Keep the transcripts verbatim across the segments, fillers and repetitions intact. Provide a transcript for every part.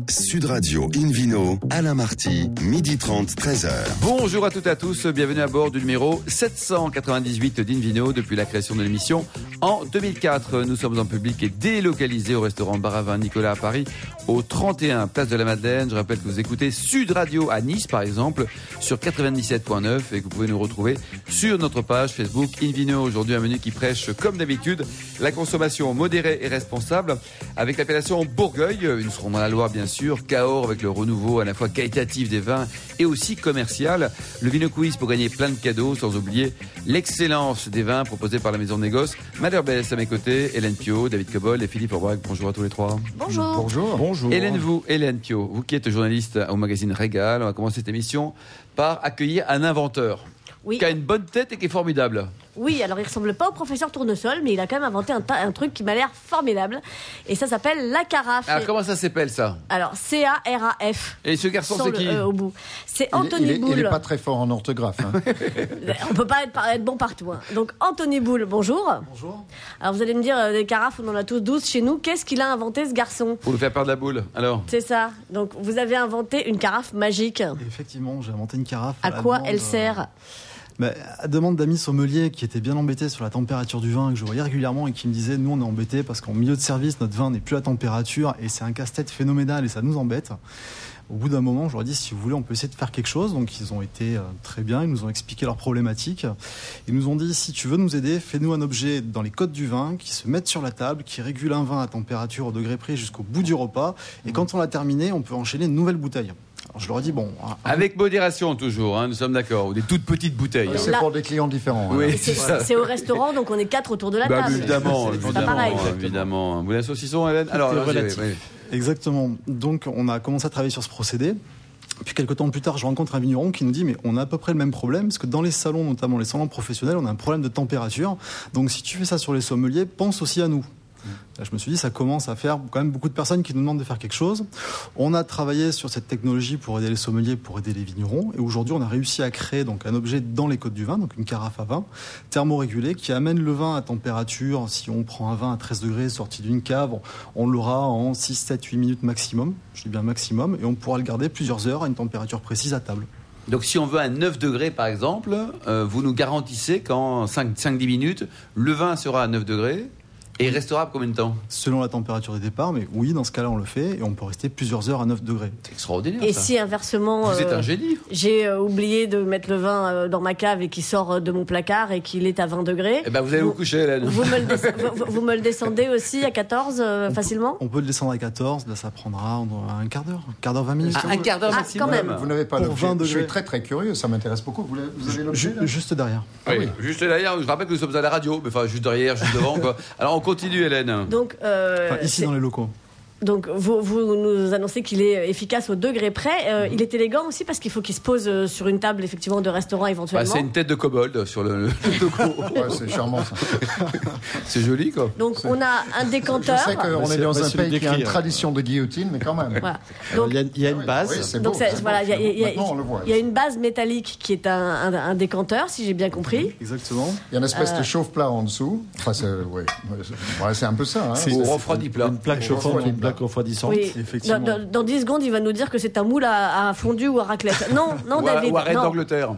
Sud Radio Invino, Alain Marty, midi trente, treize heures. Bonjour à toutes et à tous, bienvenue à bord du numéro sept cent quatre-vingt-dix-huit d'Invino depuis la création de l'émission en deux mille quatre. Nous sommes en public et délocalisés au restaurant Bar à Vin Nicolas à Paris, au trente et un Place de la Madeleine. Je rappelle que vous écoutez Sud Radio à Nice par exemple, sur quatre-vingt-dix-sept point neuf et que vous pouvez nous retrouver sur notre page Facebook Invino. Aujourd'hui un menu qui prêche comme d'habitude la consommation modérée et responsable avec l'appellation Bourgueil. Nous serons dans la Loire bien sûr, Cahors avec le renouveau à la fois qualitatif des vins et aussi commercial. Le Vino Quiz pour gagner plein de cadeaux, sans oublier l'excellence des vins proposés par la Maison de Négoce. Madère Bess à mes côtés, Hélène Pio, David Cobol et Philippe Aubrac. Bonjour à tous les trois. Bonjour. Bonjour. Bonjour. Hélène, vous, Hélène Pio, vous qui êtes journaliste au magazine Régal, on va commencer cette émission par accueillir un inventeur. Oui. Qui a une bonne tête et qui est formidable. Oui, alors il ressemble pas au professeur Tournesol, mais il a quand même inventé un, ta- un truc qui m'a l'air formidable. Et ça s'appelle la carafe. Alors et... comment ça s'appelle ça? Alors C A R A F. Et ce garçon Sans c'est le qui E au bout. C'est Il, Anthony il, est, Boule. il est pas très fort en orthographe. Hein. On peut pas être, être bon partout. Hein. Donc Anthony Boule, bonjour. Bonjour. Alors vous allez me dire, euh, des carafes, on en a tous douze chez nous. Qu'est-ce qu'il a inventé ce garçon? Pour nous faire perdre la boule, alors. C'est ça. Donc vous avez inventé une carafe magique. Effectivement, j'ai inventé une carafe. À la quoi demande, elle sert? bah, à demande d'amis sommeliers qui étaient bien embêtés sur la température du vin, que je voyais régulièrement et qui me disaient, nous on est embêtés parce qu'en milieu de service, notre vin n'est plus à température et c'est un casse-tête phénoménal et ça nous embête. Au bout d'un moment, je leur ai dit, si vous voulez, on peut essayer de faire quelque chose. Donc, ils ont été euh, très bien. Ils nous ont expliqué leurs problématiques. Ils nous ont dit, si tu veux nous aider, fais-nous un objet dans les codes du vin qui se mette sur la table, qui régule un vin à température au degré près jusqu'au bout du repas. Et quand on l'a terminé, on peut enchaîner une nouvelle bouteille. Alors, je leur ai dit, bon... Un... Avec modération toujours, hein, nous sommes d'accord. Ou des toutes petites bouteilles. C'est Là... pour des clients différents. Oui, Hein. C'est, c'est, c'est au restaurant, donc on est quatre autour de la bah, table. Évidemment, c'est, c'est évidemment, pas pareil. évidemment. Vous voulez un saucisson, Hélène? Alors, alors oui, oui. Exactement. Donc, on a commencé à travailler sur ce procédé. Puis quelques temps plus tard, je rencontre un vigneron qui nous dit, mais on a à peu près le même problème, parce que dans les salons, notamment les salons professionnels, on a un problème de température. Donc si tu fais ça sur les sommeliers, pense aussi à nous. Là, je me suis dit, ça commence à faire quand même beaucoup de personnes qui nous demandent de faire quelque chose. On a travaillé sur cette technologie pour aider les sommeliers, pour aider les vignerons. Et aujourd'hui, on a réussi à créer donc, un objet dans les codes du vin, donc une carafe à vin, thermorégulée, qui amène le vin à température. Si on prend un vin à treize degrés sorti d'une cave, on, on l'aura en six, sept, huit minutes maximum. Je dis bien maximum. Et on pourra le garder plusieurs heures à une température précise à table. Donc si on veut un neuf degrés par exemple, euh, vous nous garantissez qu'en cinq à dix minutes, le vin sera à neuf degrés. Et il restera pour combien de temps? Selon la température de départ, mais oui, dans ce cas-là, on le fait et on peut rester plusieurs heures à neuf degrés. C'est extraordinaire. Et ça. si inversement, vous êtes euh, un génie. J'ai euh, oublié de mettre le vin euh, dans ma cave et qu'il sort euh, de mon placard et qu'il est à vingt degrés. Eh ben vous allez vous, vous coucher, Hélène. Vous me, le descend, vous, vous me le descendez aussi à quatorze euh, on facilement peut, On peut le descendre à quatorze, là ça prendra un quart d'heure, un quart d'heure, vingt minutes. Ah, un quart d'heure ah, maximum. Quand même. Vous n'avez pas Pour l'objet. vingt degrés. Je suis très très curieux, ça m'intéresse beaucoup. Vous, vous avez l'objet là? Juste derrière. Oui, ah oui. Juste derrière, je rappelle que nous sommes à la radio, mais enfin juste derrière, juste devant. Quoi. Alors on continue, Hélène. Donc, euh, enfin, ici c'est... dans les locaux. Donc vous, vous nous annoncez qu'il est efficace au degré près. Euh, mmh. Il est élégant aussi parce qu'il faut qu'il se pose sur une table effectivement de restaurant éventuellement. Bah, c'est une tête de kobold sur le, le logo. Ouais, c'est charmant ça. C'est joli quoi. Donc c'est... on a un décanteur. Je sais qu'on est dans un pays qui a une tradition de guillotine, mais quand même. Voilà. Donc, il, y a, il y a une base. Oui, c'est donc beau, c'est, c'est voilà, il y, y, y, y a une base métallique qui est un, un, un décanteur, si j'ai bien compris. Exactement. Il y a une espèce euh... de chauffe-plat en dessous. Enfin, c'est, ouais, ouais, c'est un peu ça. Hein. C'est au refroidi plat. Une plaque chauffante, une plaque refroidissante. Oui. Dans, dans, dans dix secondes, il va nous dire que c'est un moule à, à fondu ou à raclette. Non, non, ou David. À, ou à Reine non. d'Angleterre.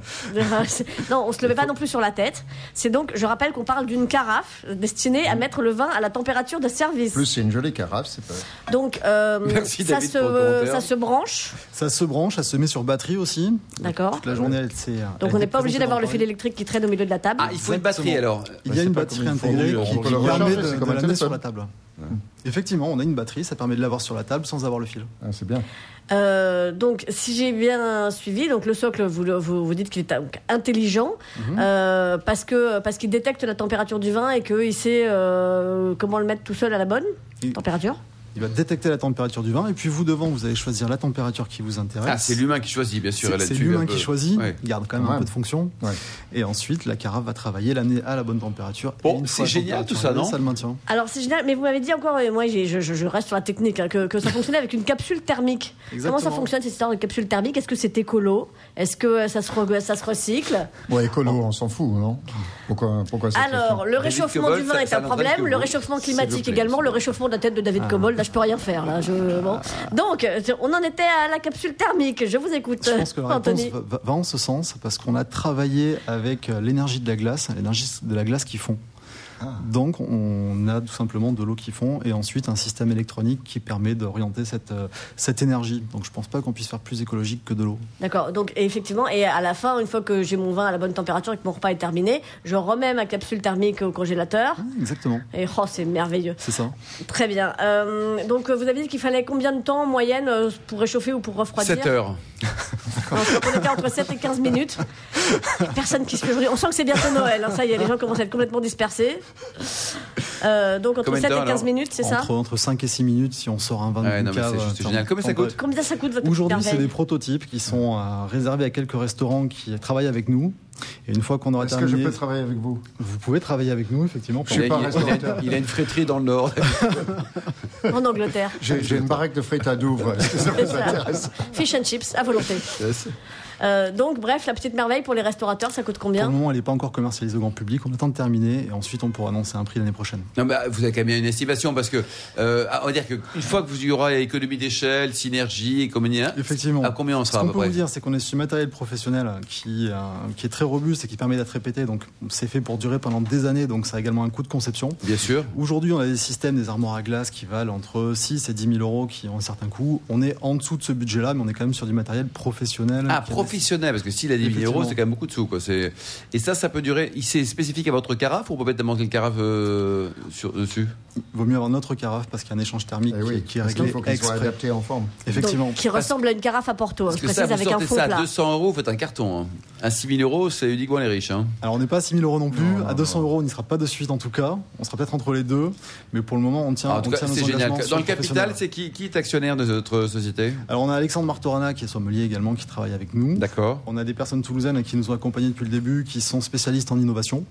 Non, on se le met pas non plus sur la tête. C'est donc, je rappelle qu'on parle d'une carafe destinée à mettre le vin à la température de service. Plus, c'est une jolie carafe, c'est pas. Donc, euh, Merci, ça, David, se, ça se branche. Ça se branche, ça se met sur batterie aussi. D'accord. Toute la journée, elle s'est. Donc, on n'est pas obligé d'avoir le fil électrique qui traîne au milieu de la table. Ah, il faut une batterie alors. Il y a une batterie intégrée qui, qui permet de, de l'amener sur la table. Ouais. Effectivement, on a une batterie, ça permet de l'avoir sur la table sans avoir le fil. Ah, c'est bien. Euh, donc, si j'ai bien suivi, donc le socle, vous, vous, vous dites qu'il est donc intelligent mm-hmm. euh, parce que parce qu'il détecte la température du vin et qu'il sait euh, comment le mettre tout seul à la bonne et température. Il va détecter la température du vin et puis vous devant vous allez choisir la température qui vous intéresse. Ah, c'est l'humain qui choisit bien sûr. C'est, c'est l'humain qui choisit, ouais. Il garde quand même ouais. un peu de fonction. Ouais. Et ensuite la carafe va travailler l'année à la bonne température. Bon, c'est génial tout ça, non? Ça le maintient. Alors c'est génial, mais vous m'avez dit encore, moi j'ai, je, je reste sur la technique, hein, que, que ça fonctionnait avec une capsule thermique. Exactement. Comment ça fonctionne cette histoire de capsule thermique? Est-ce que c'est écolo? Est-ce que ça se, re, ça se recycle? Ouais, écolo, on s'en fout, non? Pourquoi, pourquoi Alors, le réchauffement du vin est un problème, le réchauffement climatique également, le réchauffement de la tête de David Cobol là, je peux rien faire. Là, je, bon. Donc, on en était à la capsule thermique. Je vous écoute, Je pense que la Anthony. réponse va, va en ce sens parce qu'on a travaillé avec l'énergie de la glace, l'énergie de la glace qui fond. Ah. Donc, on a tout simplement de l'eau qui fond et ensuite un système électronique qui permet d'orienter cette, euh, cette énergie. Donc, je ne pense pas qu'on puisse faire plus écologique que de l'eau. D'accord. Donc, et effectivement, et à la fin, une fois que j'ai mon vin à la bonne température et que mon repas est terminé, je remets ma capsule thermique au congélateur. Ah, exactement. Et oh, c'est merveilleux. C'est ça. Très bien. Euh, donc, vous avez dit qu'il fallait combien de temps en moyenne pour réchauffer ou pour refroidir ? sept heures. Alors, on était entre sept et quinze minutes. Personne qui se fait aujourd'hui. On sent que c'est bientôt Noël. Hein. Ça y est, les gens commencent à être complètement dispersés. Euh, donc entre Combien de sept temps, et quinze alors minutes, c'est ça entre, entre cinq et six minutes si on sort un vin de Ouais, non, mais cave. c'est juste euh, génial. Combien ça coûte ? Combien ça coûte votre Aujourd'hui, petite c'est des merveille ? prototypes qui sont euh, réservés à quelques restaurants qui travaillent avec nous. Et une fois qu'on aura Est-ce terminé, que je peux travailler avec vous ? vous pouvez travailler avec nous, effectivement. Je suis Il pas a, il, restaurateur. a, il a une fréterie dans le Nord. En Angleterre. J'ai j'ai une baraque de frites à Douvres. Est-ce que ça C'est vous ça. intéresse ? Fish and chips à volonté. Euh, donc, bref, la petite merveille pour les restaurateurs, ça coûte Pour le combien ? moment, elle n'est pas encore commercialisée au grand public. On attend de terminer et ensuite on pourra annoncer un prix l'année prochaine. Non, mais vous avez quand même une estimation parce que euh, on va dire qu'une fois que vous y aura économie d'échelle, synergie, économie, Effectivement. à combien on Ce sera à qu'on peu peut près vous dire, c'est qu'on est sur du matériel professionnel qui, euh, qui est très robuste et qui permet d'être répété. Donc, c'est fait pour durer pendant des années. Donc, ça a également un coût de conception. Bien sûr. Aujourd'hui, on a des systèmes, des armoires à glace qui valent entre six et dix mille euros, qui ont un certain coût. On est en dessous de ce budget-là, mais on est quand même sur du matériel professionnel. Ah, qui est- professionnel, parce que s'il a dix mille euros, c'est quand même beaucoup de sous, quoi. C'est... Et ça, ça peut durer. C'est spécifique à votre carafe ou on peut mettre n'importe quelle carafe euh, sur, dessus ? Il vaut mieux avoir notre carafe parce qu'il y a un échange thermique Eh oui, qui, qui est parce qu'il réglé faut qu'il soit exprès. adapté en forme. Effectivement. Donc, qui ressemble à une carafe à Porto, Parce je que précise, ça, vous avec un sortez fond ça à plat. deux cents euros, vous faites un carton. Hein. À six mille euros, c'est uniquement les riches. Hein. Alors, on n'est pas à six mille euros non plus. Non, non, à deux cents non. euros, on n'y sera pas de suite en tout cas. On sera peut-être entre les deux. Mais pour le moment, on tient, Ah, en tout on cas, tient nos c'est génial. engagements sur Dans le professionnel. capital, c'est qui, qui est actionnaire de notre société ? Alors, on a Alexandre Martorana qui est sommelier également, qui travaille avec nous. D'accord. On a des personnes toulousaines qui nous ont accompagnés depuis le début, qui sont spécialistes en innovation.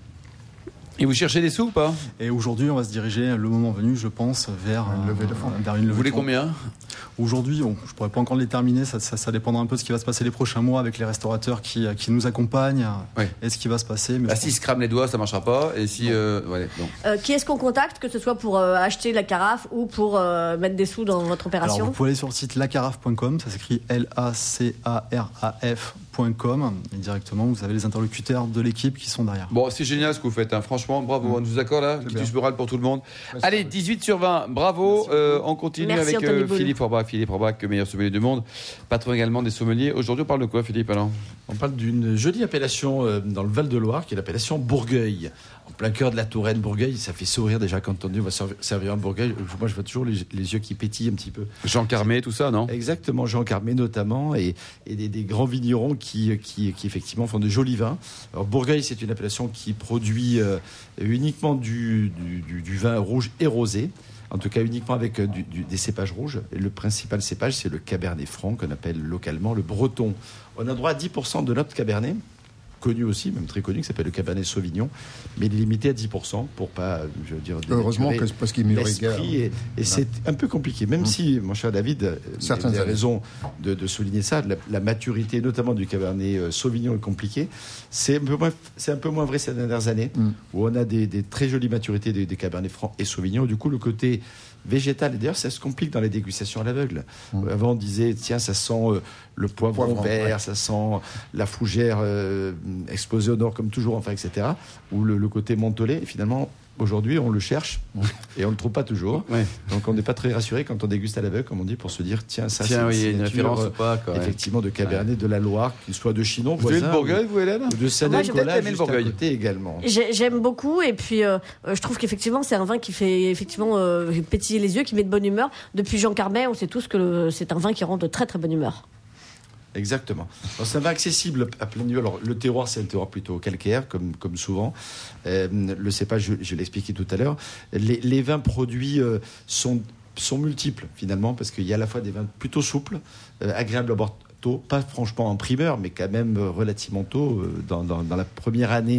Et vous cherchez des sous ou pas ? Et aujourd'hui, on va se diriger, le moment venu, je pense, vers Une levée de fonds. euh, vers une levée Vous voulez de fonds. combien ? Aujourd'hui, on- je ne pourrais pas encore le déterminer, ça, ça, ça dépendra un peu de ce qui va se passer les prochains mois avec les restaurateurs qui, qui nous accompagnent Ouais. et ce qui va se passer. Mais Bah, je s'ils pense- se crament les doigts, ça marchera pas. Et si. Euh, ouais, non. Euh, qui est-ce qu'on contacte, que ce soit pour euh, acheter la carafe ou pour euh, mettre des sous dans votre Alors, opération ? vous pouvez aller sur le site lacarafe point com, ça s'écrit L A C A R A F point com, et directement, vous avez les interlocuteurs de l'équipe qui sont derrière. Bon, c'est génial ce que vous faites, hein. Franchement, bravo. On est d'accord là C'est Qui bien. touche moral pour tout le monde. Merci. Allez, dix-huit sur vingt, bravo. Euh, on continue Merci, avec Anthony euh, Boule. Philippe Forbach. Philippe Forbach, meilleur sommelier du monde, patron également des sommeliers. Aujourd'hui, on parle de quoi, Philippe alors ? On parle d'une jolie appellation euh, dans le Val-de-Loire qui est l'appellation Bourgueil. En plein cœur de la Touraine, Bourgueil, ça fait sourire déjà quand on dit on va servir- servir un Bourgueil. Moi, je vois toujours les, les yeux qui pétillent un petit peu. Jean Carmé, tout ça, non ? Exactement, Jean Carmé notamment, et, et des, des grands vignerons qui, qui, qui effectivement font de jolis vins. Alors Bourgueil, c'est une appellation qui produit euh, uniquement du, du, du- du vin rouge et rosé. En tout cas, uniquement avec euh, du- du- des cépages rouges. Et le principal cépage, c'est le Cabernet Franc, qu'on appelle localement le Breton. On a droit à dix pour cent de notre Cabernet, connu aussi, même très connu, qui s'appelle le Cabernet Sauvignon, mais il est limité à dix pour cent pour pas, je veux dire, Heureusement que dénaturer c'est parce qu'il mûrit guère. l'esprit. Et, et c'est un peu compliqué, même si, mon cher David, euh, Certaines vous avez années. raison de, de souligner ça, la, la maturité, notamment du Cabernet euh, Sauvignon, est compliquée. C'est un peu moins, c'est un peu moins vrai ces dernières années, Mm. où on a des, des très jolies maturités des, des Cabernets Francs et Sauvignon. Du coup, le côté végétal, et d'ailleurs, ça se complique dans les dégustations à l'aveugle. Mm. Avant, on disait, tiens, ça sent euh, le poivron, Poivron, vert, ouais. ça sent la fougère euh, explosée au nord, comme toujours, enfin, et cetera. Ou le, le côté mentholé. Et finalement, aujourd'hui, on le cherche et on ne le trouve pas toujours. Ouais. Donc, on n'est pas très rassuré quand on déguste à l'aveugle, comme on dit, pour se dire, tiens, ça, Tiens, c'est oui, il y a une signature, référence euh, ou pas, quoi. Ouais. effectivement, de Cabernet de la Loire, qu'il soit de Chinon, Vous avez voisin, le Bourgueil, vous, Hélène ? ou de Moi, j'ai Saint-Nicolas, peut-être aimé le juste à Bourgueil. côté également. J'ai- J'aime beaucoup et puis euh, euh, je trouve qu'effectivement c'est un vin qui fait effectivement euh, pétiller les yeux, qui met de bonne humeur. Depuis Jean Carmet, on sait tous que le- c'est un vin qui rend de très très bonne humeur. Exactement. Alors, c'est un vin accessible à plein niveau. Alors, le terroir, c'est un terroir plutôt calcaire, comme, comme souvent. Euh, le cépage, je, je l'ai expliqué tout à l'heure. Les, les vins produits euh, sont, sont multiples, finalement, parce qu'il y a à la fois des vins plutôt souples, euh, agréables à boire tôt, pas franchement en primeur, mais quand même euh, relativement tôt, euh, dans, dans, dans la première année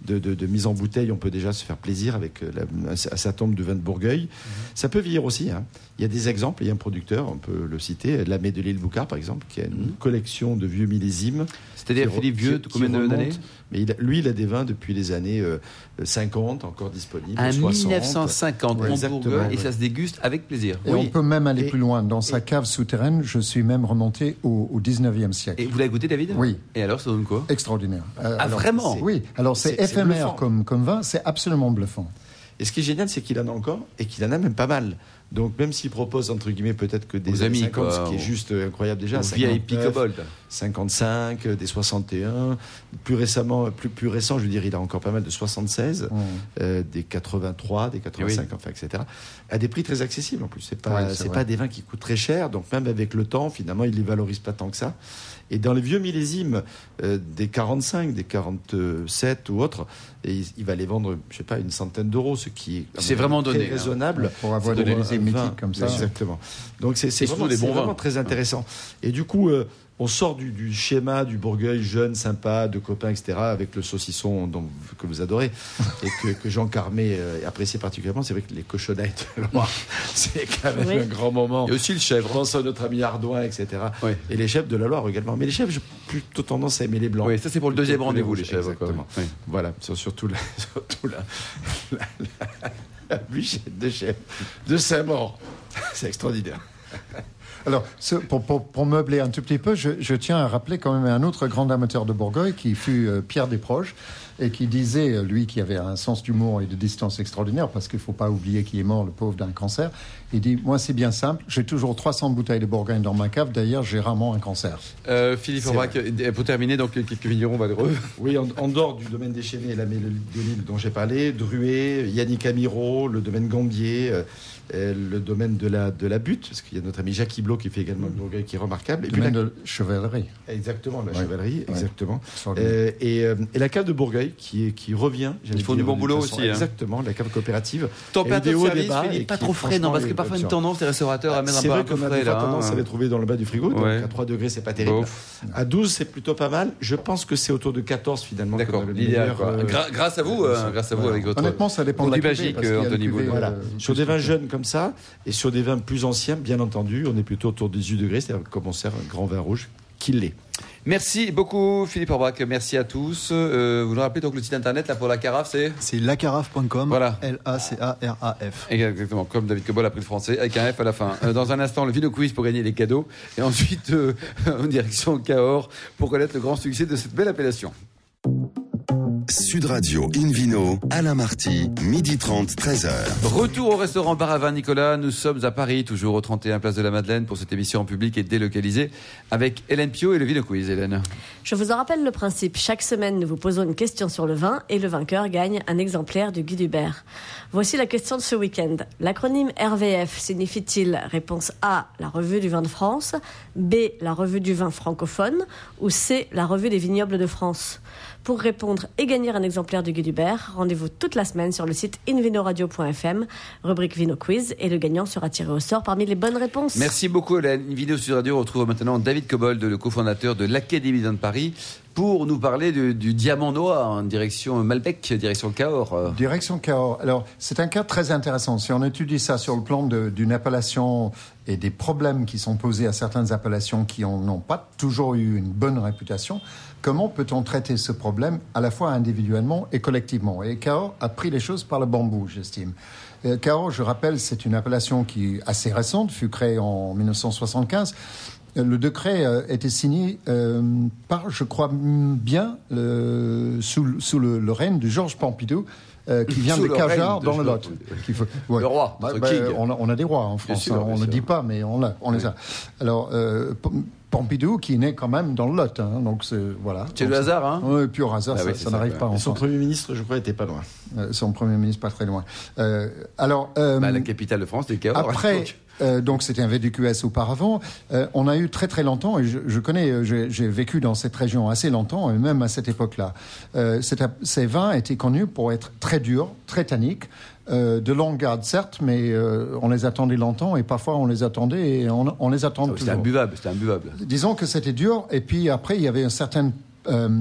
de, de, de mise en bouteille, on peut déjà se faire plaisir avec la, un certain nombre de vins de Bourgueil. Mmh. Ça peut vieillir aussi. Hein. Il y a des exemples, il y a un producteur, on peut le citer, Lamé de l'île Boucard par exemple, qui a une mmh. collection de vieux millésimes. C'est-à-dire, Philippe, vieux, de combien d'années? Mais il a, lui, il a des vins depuis les années euh, cinquante, encore disponibles. Un soixante. mille neuf cent cinquante, ouais, en Bourgogne, ouais. Et ça se déguste avec plaisir. Et oui. on peut même aller et, plus loin. Dans sa cave souterraine, je suis même remonté au, au dix-neuvième siècle. Et vous l'avez goûté, David? Oui. Et alors, ça donne quoi? Extraordinaire. Euh, ah, alors, vraiment? Oui. Alors, c'est, c'est éphémère comme, comme vin, c'est absolument bluffant. Et ce qui est génial, c'est qu'il en a encore, et qu'il en a même pas mal. Donc, même s'il propose, entre guillemets, peut-être que des Aux années amis, cinquante, quoi, ce qui est juste incroyable déjà. V I P Cobold. cinquante-cinq, des soixante et un. Plus récemment, plus, plus récent, je veux dire, il a encore pas mal de soixante-seize, mmh. euh, des quatre-vingt-trois, des quatre-vingt-cinq, oui. enfin, et cetera. À des prix très accessibles, en plus. C'est pas, oui, c'est c'est pas des vins qui coûtent très cher. Donc, même avec le temps, finalement, il les valorise pas tant que ça. Et dans les vieux millésimes, euh, des quarante-cinq, des quarante-sept ou autres, et il, il va les vendre, je sais pas, une centaine d'euros, ce qui est, c'est vraiment très donné, raisonnable. Hein. Pour avoir des millésimes mythiques comme ça. Exactement. Donc c'est, c'est, vraiment, des bons c'est vraiment vins. très intéressant. Et du coup, euh, on sort du, du schéma du Bourgueil jeune, sympa, de copains, et cetera, avec le saucisson dont, que vous adorez et que, que Jean Carmé euh, apprécie particulièrement. C'est vrai que les cochonnettes de Loire, c'est quand même oui. un grand moment. Et aussi le chèvre. Je pense à notre ami Ardouin, et cetera. Oui. Et les chèvres de la Loire également. Mais les chèvres, j'ai plutôt tendance à aimer les blancs. Oui, ça c'est pour le deuxième rendez-vous, les chèvres. Exactement. Oui. Voilà, surtout la, surtout la, la, la, la bûchette de chèvre de Saint-Maur. C'est extraordinaire. Alors, ce, pour, pour, pour meubler un tout petit peu, je, je tiens à rappeler quand même un autre grand amateur de Bourgogne qui fut euh, Pierre Desproges et qui disait, lui qui avait un sens d'humour et de distance extraordinaire, parce qu'il ne faut pas oublier qu'il est mort, le pauvre, d'un cancer, il dit, moi c'est bien simple, j'ai toujours trois cents bouteilles de Bourgogne dans ma cave, d'ailleurs j'ai rarement un cancer. Euh, Philippe Aubrac, pour terminer, donc quelques vignerons valeureux. Oui, en, en dehors du domaine des Chênaies, la de l'île dont j'ai parlé, Druet, Yannick Amiro, le domaine Gambier, euh, le domaine de la, de la Butte, parce qu'il y a notre ami Jacques Iblot qui fait également le Bourgogne qui est remarquable. Le domaine la... de chevalerie. Exactement, la ouais. chevalerie, ouais. exactement. Euh, et, euh, et la cave de Bourgogne qui, est, qui revient. Ils font du bon boulot aussi. Exactement, hein. La cave coopérative. Température de service, Philippe, pas trop frais, non, parce que parfois une tendance des restaurateurs à mettre un peu frais. C'est vrai qu'on a des tendance à les trouver dans le bas du frigo, donc à trois degrés, c'est pas terrible. À douze, c'est plutôt pas mal. Je pense que c'est autour de quatorze finalement. D'accord, l'idéal. Grâce à vous, grâce à vous avec votre. Honnêtement, ça dépend de la cuvée. Anthony Boulle. Sur des vins jeunes comme ça, et sur des vins plus anciens, bien entendu, on est plutôt autour de dix-huit degrés, c'est-à-dire comme on sert un grand vin rouge, qu'il l'est. Merci beaucoup Philippe Aubrac, merci à tous. Euh, vous nous rappelez donc le site internet là pour la carafe, c'est C'est lacarafe point com. Voilà. L A C A R A F. Exactement, comme David Cobol a pris le français, avec un F à la fin. Euh, dans un instant, le Vino Quiz pour gagner les cadeaux. Et ensuite, euh, en direction Cahors pour connaître le grand succès de cette belle appellation. Sud Radio Invino, Alain Marty, midi trente, treize heures. Retour au restaurant Bar à Vin Nicolas. Nous sommes à Paris, toujours au trente et un Place de la Madeleine pour cette émission en public et délocalisée avec Hélène Pio et le Vino Quiz. Hélène. Je vous en rappelle le principe. Chaque semaine, nous vous posons une question sur le vin et le vainqueur gagne un exemplaire du Guide Hubert. Voici la question de ce week-end. L'acronyme R V F signifie-t-il réponse A, la revue du vin de France, B, la revue du vin francophone ou C, la revue des vignobles de France? Pour répondre et gagner un exemplaire du Guide Hubert, rendez-vous toute la semaine sur le site invinoradio point f m, rubrique Vino Quiz, et le gagnant sera tiré au sort parmi les bonnes réponses. Merci beaucoup Hélène. Invino Sud Radio retrouve maintenant David Cobold, le cofondateur de l'Académie de Paris, pour nous parler de, du diamant noir en direction Malbec, direction Cahors. Direction Cahors. Alors, c'est un cas très intéressant. Si on étudie ça sur le plan de, d'une appellation et des problèmes qui sont posés à certaines appellations qui n'ont pas toujours eu une bonne réputation, comment peut-on traiter ce problème à la fois individuellement et collectivement? Et Cahors a pris les choses par le bambou, j'estime. Cahors, je rappelle, c'est une appellation qui est assez récente, fut créée en dix-neuf cent soixante-quinze. Le décret euh, était signé euh, par, je crois bien, le, sous, sous le, le règne de Georges Pompidou, euh, qui vient sous de Cajar, de dans le Lot. Faut... Ouais. Le roi, bah, bah, king. On a, on a des rois en France, sûr, hein, on ne le dit pas, mais on, l'a, on oui. les a. Alors, euh, Pompidou, qui naît quand même dans le Lot, hein, donc c'est, voilà. C'est le hasard, hein? Oui, pur hasard, ah, ça, oui, ça, ça n'arrive ça, pas en Son Premier ministre, je crois, était pas loin. Euh, son Premier ministre, pas très loin. Euh, alors... Euh, bah, la capitale de France, c'était Cahors. Après... Euh, donc c'était un V D Q S auparavant. Euh, on a eu très très longtemps, et je, je connais, j'ai, j'ai vécu dans cette région assez longtemps, et même à cette époque-là. Euh, cette, ces vins étaient connus pour être très durs, très tanniques, euh, de longue garde certes, mais euh, on les attendait longtemps, et parfois on les attendait, et on, on les attend ah, toujours. C'était imbuvable, c'était imbuvable. Disons que c'était dur, et puis après il y avait un certain... Euh,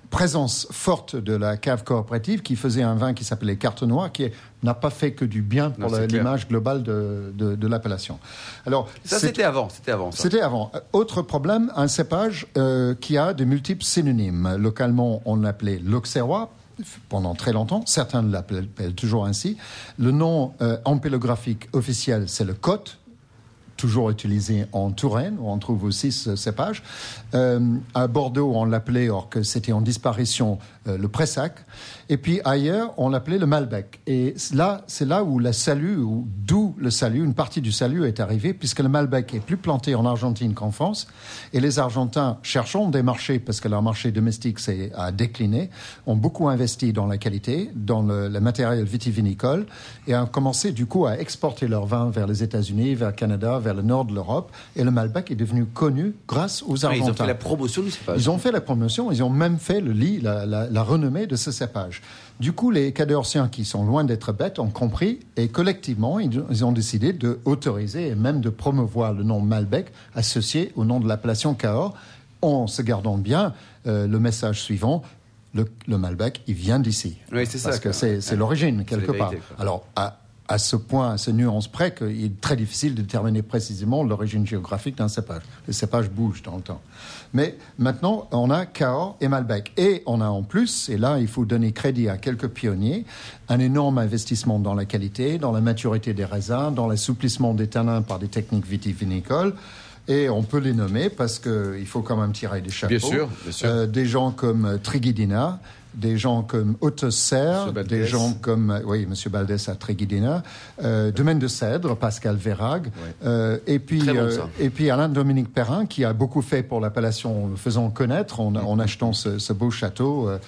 présence forte de la cave coopérative qui faisait un vin qui s'appelait Carte Noire, qui n'a pas fait que du bien pour Non, la, c'est clair. l'image globale de, de, de l'appellation. Alors, Ça, c'est- c'était avant. C'était avant. Ça. c'était avant. Autre problème, un cépage euh, qui a de multiples synonymes. Localement, on l'appelait l'auxerrois pendant très longtemps. Certains l'appellent toujours ainsi. Le nom euh, ampélographique officiel, c'est le Côte, toujours utilisé en Touraine, où on trouve aussi ce cépage. Euh, à Bordeaux, on l'appelait, or que c'était en disparition, euh, le Pressac. Et puis ailleurs, on l'appelait le Malbec. Et là, c'est là où le salut, ou d'où le salut, une partie du salut est arrivée, puisque le Malbec est plus planté en Argentine qu'en France. Et les Argentins, cherchant des marchés, parce que leur marché domestique s'est a décliné, ont beaucoup investi dans la qualité, dans le, le matériel vitivinicole, et ont commencé du coup à exporter leur vin vers les États-Unis, vers le Canada, vers le nord de l'Europe. Et le Malbec est devenu connu grâce aux Ah, Argentins. ils ont fait la promotion du cépage. Ils ont fait la promotion, ils ont même fait le lit, la, la, la renommée de ce cépage. Du coup, les Cadorciens, qui sont loin d'être bêtes, ont compris et collectivement, ils, ils ont décidé d'autoriser et même de promouvoir le nom Malbec associé au nom de l'appellation Cahors, en se gardant bien euh, le message suivant. Le, le Malbec, il vient d'ici. Oui, c'est ça, Parce que quoi. c'est c'est Ouais. l'origine, C'est quelque la part. vérité, quoi. Alors, à, à ce point, à ce nuance près, qu'il est très difficile de déterminer précisément l'origine géographique d'un cépage. Les cépages bougent dans le temps. Mais maintenant, on a Cahors et Malbec. Et on a en plus, et là, il faut donner crédit à quelques pionniers, un énorme investissement dans la qualité, dans la maturité des raisins, dans l'assouplissement des tanins par des techniques vitivinicoles. Et on peut les nommer parce qu'il faut quand même tirer des chapeaux. Bien sûr, bien sûr. Euh, des gens comme euh, Triguidina, des gens comme Otto Serre, Monsieur Baldès. des gens comme, euh, oui, Monsieur Baldès à Triguidina, euh, Domaine de Cèdre, Pascal Vérag, euh, et puis Très bon, euh, ça. et puis Alain-Dominique Perrin qui a beaucoup fait pour l'appellation, en le faisant connaître en, en achetant ce, ce beau château euh,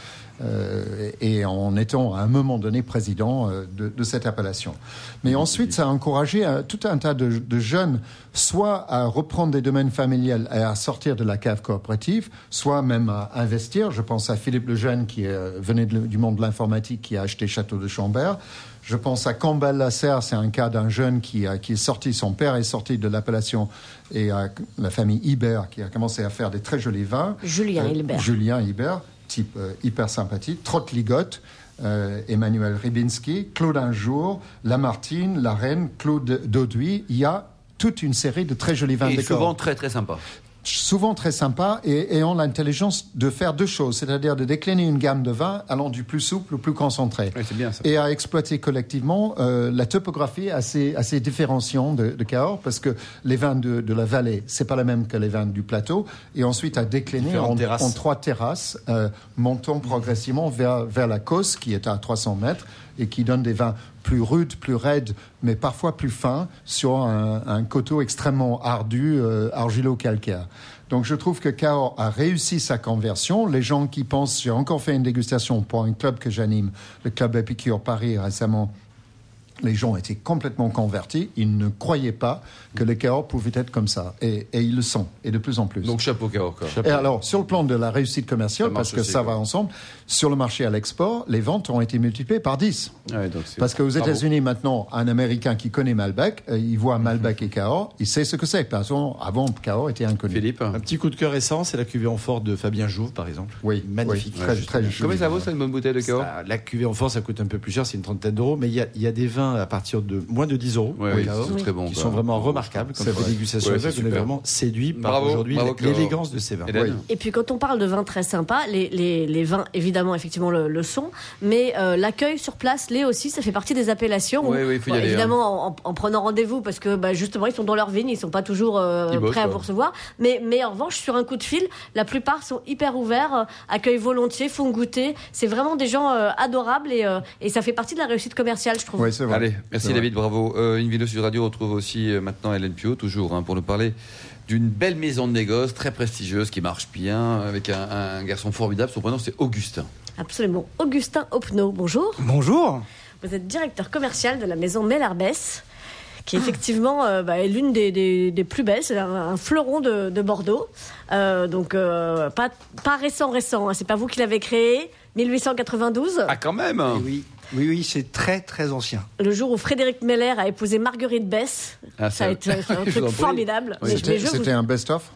euh, et en étant à un moment donné président euh, de, de cette appellation. Mais ensuite, ça a encouragé euh, tout un tas de, de jeunes, soit à reprendre des domaines familiales et à sortir de la cave coopérative, soit même à investir. Je pense à Philippe Lejeune qui euh, venait de- du monde de l'informatique, qui a acheté Château de Chambert. Je pense à Campbell Lasserre, c'est un cas d'un jeune qui, a, qui est sorti, son père est sorti de l'appellation, et à la famille Ibert qui a commencé à faire des très jolis vins. Julien Euh, Hilbert. Julien Hilbert, type euh, hyper sympathique. Trotte-Ligotte, euh, Emmanuel Rybinski, Claude Injour, Lamartine, La Reine, Claude Dauduy. Il y a toute une série de très jolis vins Et de souvent Cahors. très très sympa. Souvent très sympa et ayant l'intelligence de faire deux choses, c'est-à-dire de décliner une gamme de vins allant du plus souple au plus concentré. Oui, c'est bien ça. Et à exploiter collectivement euh, la topographie assez, assez différenciante de, de Cahors, parce que les vins de, de la vallée, c'est pas la même que les vins du plateau, et ensuite à décliner Différentes en, terrasses. en trois terrasses, euh, montant progressivement vers, vers la Causse, qui est à trois cents mètres, et qui donne des vins plus rudes, plus raides, mais parfois plus fins, sur un, un coteau extrêmement ardu, euh, argilo-calcaire. Donc je trouve que Cahors a réussi sa conversion. Les gens qui pensent, j'ai encore fait une dégustation pour un club que j'anime, le club Épicure Paris récemment. Les gens étaient complètement convertis. Ils ne croyaient pas que les Cahors pouvaient être comme ça. Et, et ils le sont, et de plus en plus. Donc chapeau Cahors. quoi. Et alors, sur le plan de la réussite commerciale, Ça marche parce que aussi, ça quoi. va ensemble, sur le marché à l'export, les ventes ont été multipliées par dix. Ouais, donc c'est- Parce qu'aux Bravo. États-Unis, maintenant, un Américain qui connaît Malbec, euh, il voit Malbec et Cahors, il sait ce que c'est. Parce qu'avant, Cahors était inconnu. Philippe. Un petit coup de cœur récent, c'est la cuvée en fort de Fabien Jouve, par exemple. Oui, Magnifique. oui, très, très joli. Combien ça vaut, ça, une bonne bouteille de Cahors? Ça, la cuvée en fort, ça coûte un peu plus cher, c'est une trentaine d'euros, mais il y a, il y a des vins à partir de moins de dix euros Ouais, au oui, Cahors, c'est très bon. qui quoi. sont vraiment remarquables. Quand C'est on fait vrai. des dégustations Ouais, aveugles, c'est on est super. vraiment séduit par Bravo, aujourd'hui bravo, Cahors. l'élégance de ces vins. Hélène. Et puis quand on parle de vins très sympas, les, les, les vins évidemment effectivement le, le sont, mais euh, l'accueil sur place l'est aussi, ça fait partie des appellations. Oui, où, oui, il faut y bon, aller, évidemment en, en prenant rendez-vous parce que bah, justement ils sont dans leur vigne, ils sont pas toujours euh, Ils bossent, prêts à quoi. vous recevoir, mais, mais en revanche sur un coup de fil, la plupart sont hyper ouverts, euh, accueillent volontiers, font goûter. C'est vraiment des gens euh, adorables et, euh, et ça fait partie de la réussite commerciale, je trouve. Oui, c'est vrai. Allez, merci C'est David, bravo. Euh, Invino Sud Radio retrouve aussi euh, maintenant Hélène Pio, toujours, hein, pour nous parler d'une belle maison de négoce très prestigieuse qui marche bien, avec un, un garçon formidable. Son prénom, c'est Augustin. Absolument. Augustin Opnaud, bonjour. Bonjour. Vous êtes directeur commercial de la maison Mellarbès, qui effectivement euh, bah, est l'une des, des, des plus belles. C'est un, un fleuron de, de Bordeaux. Euh, donc, euh, pas, pas récent, récent. Hein. C'est pas vous qui l'avez créé. mille huit cent quatre-vingt-douze, Ah, quand même Eh oui, oui, oui, c'est très, très ancien. le jour où Frédéric Meller a épousé Marguerite Bess. Ah, ça a ça- été c'est un Je vous truc en prie. formidable. Mais- mais C'était je vous- c'était un best-of.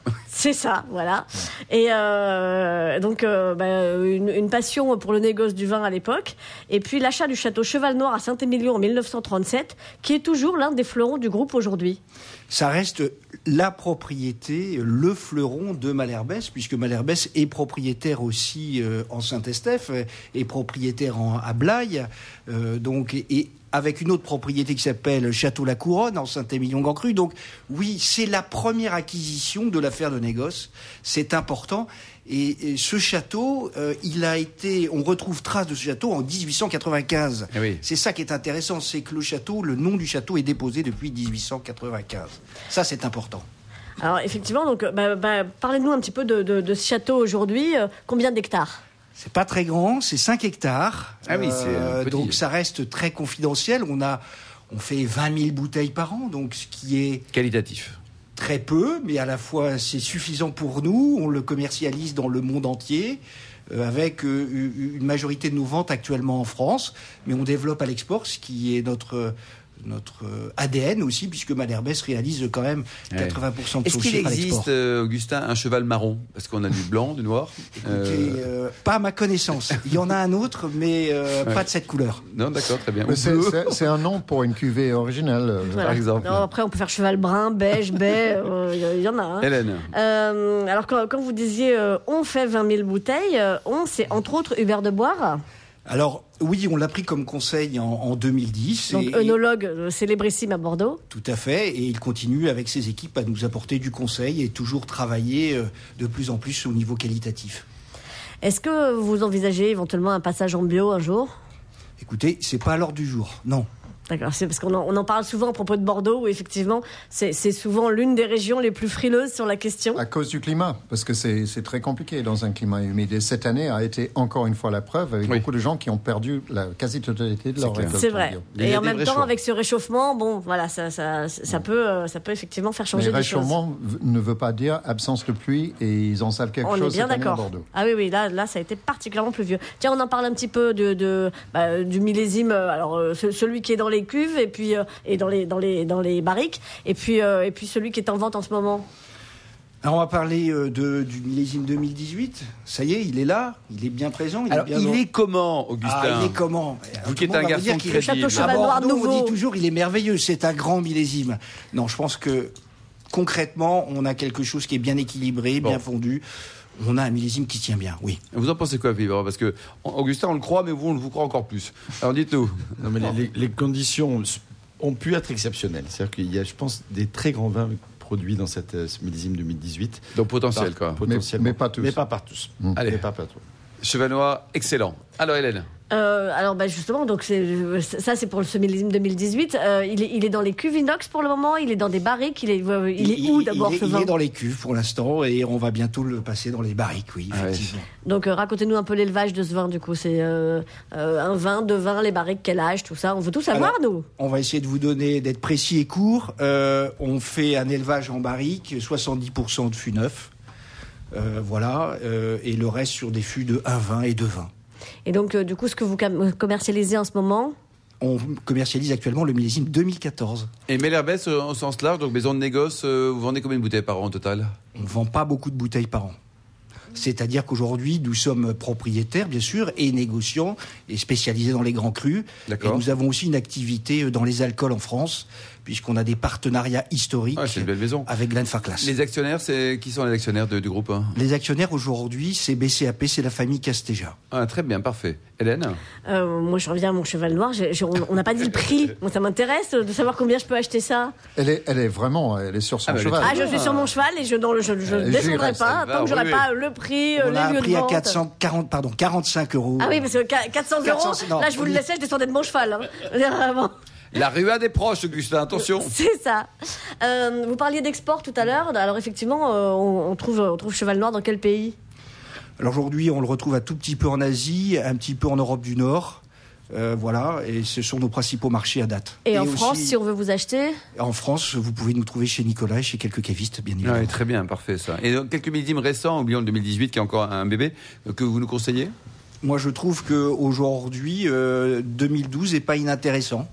C'est ça, voilà. Et euh, donc, euh, bah, une, une passion pour le négoce du vin à l'époque. Et puis, l'achat du château Cheval Noir à Saint-Émilion en mille neuf cent trente-sept, qui est toujours l'un des fleurons du groupe aujourd'hui. Ça reste la propriété, le fleuron de Malherbe, puisque Malherbe est propriétaire aussi euh, en Saint-Estèphe, est propriétaire en, à Blaye, euh, donc, et avec une autre propriété qui s'appelle Château-la-Couronne en Saint-Émilion-Grand-Cru. Donc oui, c'est la première acquisition de l'affaire de négoce, c'est important. Et, et ce château, euh, il a été, on retrouve trace de ce château en dix-huit cent quatre-vingt-quinze. Eh oui. C'est ça qui est intéressant, c'est que le château, le nom du château est déposé depuis dix-huit cent quatre-vingt-quinze. Ça, c'est important. Alors effectivement, donc, bah, bah, parlez-nous un petit peu de, de, de ce château aujourd'hui. Euh, combien d'hectares ? C'est pas très grand, c'est cinq hectares. Ah oui, c'est un petit. Donc ça reste très confidentiel. On a, on fait vingt mille bouteilles par an, donc ce qui est Qualitatif. très peu, mais à la fois c'est suffisant pour nous. On le commercialise dans le monde entier, euh, avec euh, une majorité de nos ventes actuellement en France, mais on développe à l'export, ce qui est notre notre A D N aussi, puisque Malherbe réalise quand même quatre-vingts pour cent de son Est-ce qu'il chiffre à l'export. existe, euh, Augustin, un cheval marron? Parce qu'on a du blanc, du noir. Écoutez, Euh, euh, pas à ma connaissance. Il y en a un autre, mais euh, Ouais. pas de cette couleur. Non, d'accord, très bien. Mais Ou c'est, bleu. c'est- c'est un nom pour une cuvée originale. euh, Voilà. Par exemple. Non, après, on peut faire cheval brun, beige, baie, il y en a. Hein. Hélène. Euh, alors, quand, quand vous disiez euh, on fait vingt mille bouteilles, euh, on, c'est entre autres Hubert de Boire, Alors, oui, on l'a pris comme conseil en, en deux mille dix. donc et- œnologue euh, célébrissime à Bordeaux. Tout à fait, et il continue avec ses équipes à nous apporter du conseil et toujours travailler euh, de plus en plus au niveau qualitatif. Est-ce que vous envisagez éventuellement un passage en bio un jour ? Écoutez, c'est pas à l'ordre du jour, non. D'accord, c'est parce qu'on en, on en parle souvent à propos de Bordeaux, où effectivement, c'est, c'est souvent l'une des régions les plus frileuses sur la question. À cause du climat, parce que c'est, c'est très compliqué dans un climat humide. Et cette année a été encore une fois la preuve, avec Oui. beaucoup de gens qui ont perdu la quasi-totalité de leur clair. récolte C'est en vrai. bio. Il y a Et en des même vrais temps, choix. avec ce réchauffement, bon, voilà, ça, ça, ça, peut, euh, ça peut effectivement faire Mais changer des choses. réchauffement v- ne veut pas dire absence de pluie, et ils en savent quelque On est chose bien cette année à d'accord. Bordeaux. Ah oui, oui, là, là, ça a été particulièrement pluvieux. Tiens, on en parle un petit peu de, de, bah, du millésime, euh, alors euh, ce- celui qui est dans les cuves et puis euh, et dans les dans les dans les barriques, et puis euh, et puis celui qui est en vente en ce moment. Alors on va parler euh, de, du millésime deux mille dix-huit. Ça y est, il est là, il est bien présent. Il Alors, est bien il dans- est comment, Augustin? Ah, il est comment Vous qui êtes Tout le un monde va garçon vous dire qu'il crédible. Le château À Cheval Noir Bordeaux, nouveau. on dit toujours, il est merveilleux, c'est un grand millésime. Non, je pense que concrètement, on a quelque chose qui est bien équilibré, Bon. bien fondu. On a un millésime qui tient bien, oui. Vous en pensez quoi, Fibre? Parce que Augustin, on le croit, mais vous, on le vous croit encore plus. Alors, dites-nous. Non, mais les, les- les conditions ont pu être exceptionnelles. C'est-à-dire qu'il y a, je pense, des très grands vins produits dans cette, euh, ce millésime deux mille dix-huit. Donc, potentiel, quoi. Potentiellement. Mais- mais pas tous. Mais pas par tous. Allez. Mais pas par tous. Cheval Noir, excellent. Alors, Hélène. Euh, alors bah justement, donc c'est, ça c'est pour le millésime deux mille dix-huit. Euh, il, est, il est dans les cuves inox pour le moment. Il est dans des barriques. Il est, euh, il est où d'abord il, ce il vin est dans les cuves pour l'instant et on va bientôt le passer dans les barriques, oui, Ah ouais. effectivement. Donc euh, racontez-nous un peu l'élevage de ce vin. Du coup, c'est euh, euh, un vin, deux vins, les barriques, quel âge, tout ça. On veut tout savoir, Alors, nous. On va essayer de vous donner, d'être précis et court. Euh, on fait un élevage en barrique, soixante-dix pour cent de fûts neufs. Euh, voilà, euh, et le reste sur des fûts de un vin et deux vins. Et donc, euh, du coup, ce que vous cam- commercialisez en ce moment, On commercialise actuellement le millésime deux mille quatorze. Et Malherbe, au sens large, donc maison de négoce, euh, vous vendez combien de bouteilles par an au total? On ne vend pas beaucoup de bouteilles par an. C'est-à-dire qu'aujourd'hui, nous sommes propriétaires, bien sûr, et négociants, et spécialisés dans les grands crus. Et D'accord. nous avons aussi une activité dans les alcools en France, puisqu'on a des partenariats historiques Ah, c'est une belle maison. avec Glenfarclas. Les actionnaires, c'est qui sont les actionnaires de- du groupe hein? Les actionnaires aujourd'hui, c'est B C A P, c'est la famille Castéja. Ah, très bien, parfait. Hélène? euh, moi je reviens à mon cheval noir. J'ai- j'ai- on on n'a pas dit le prix. Moi, ça m'intéresse de savoir combien je peux acheter ça. Elle est, elle est vraiment, elle est sur son Ah, bah, elle est cheval. Ah, je suis sur mon cheval et je ne je, je Euh, descendrai j'irai, pas ça va, tant que j'aurai oui, pas le prix, euh, On a les lieux un de prix à vente. quatre cent quarante, pardon, quarante-cinq euros. Ah oui, parce que qua- quatre cents euros, quatre cents, non, là je vous le oui. laissais, je descendais de mon cheval. Hein. Vraiment. La ruade est proche, Augustin, attention. C'est ça. Euh, vous parliez d'export tout à l'heure. Alors effectivement, euh, on, on trouve, on trouve cheval noir dans quel pays? Alors aujourd'hui, on le retrouve un tout petit peu en Asie, un petit peu en Europe du Nord. Euh, voilà, et ce sont nos principaux marchés à date. Et, en aussi, France, si on veut vous acheter? En France, vous pouvez nous trouver chez Nicolas et chez quelques cavistes, bien évidemment. Ouais, très bien, parfait ça. Et donc, quelques millésimes récents, oublions le deux mille dix-huit qui est encore un bébé, euh, que vous nous conseillez? Moi, je trouve qu'aujourd'hui, euh, deux mille douze n'est pas inintéressant.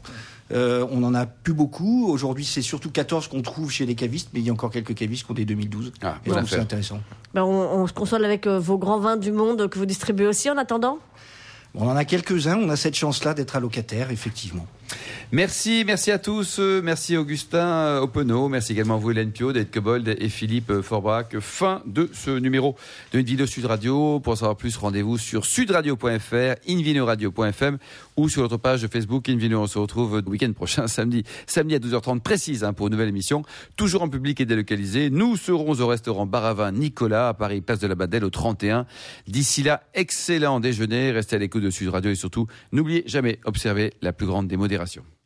Euh, on n'en a plus beaucoup. Aujourd'hui, c'est surtout quatorze qu'on trouve chez les cavistes, mais il y a encore quelques cavistes qui ont des deux mille douze. Ah, et donc c'est intéressant. Ben, on, on se console avec euh, vos grands vins du monde que vous distribuez aussi en attendant. On en a quelques-uns, on a cette chance-là d'être allocataire, effectivement. Merci, merci à tous. Merci Augustin Openau. Merci également à vous Hélène Pio, David Cobold et Philippe Forbach. Fin de ce numéro de Une Vidéo Sud Radio. Pour en savoir plus, rendez-vous sur sudradio point f r, invinoradio point f m ou sur notre page de Facebook Invino. On se retrouve le week-end prochain, samedi, samedi à douze heures trente précise hein, pour une nouvelle émission. Toujours en public et délocalisé. Nous serons au restaurant Bar à Vin Nicolas à Paris, place de la Badelle au trente et un. D'ici là, excellent déjeuner. Restez à l'écoute de Sud Radio et surtout, n'oubliez jamais, observez la plus grande démodération.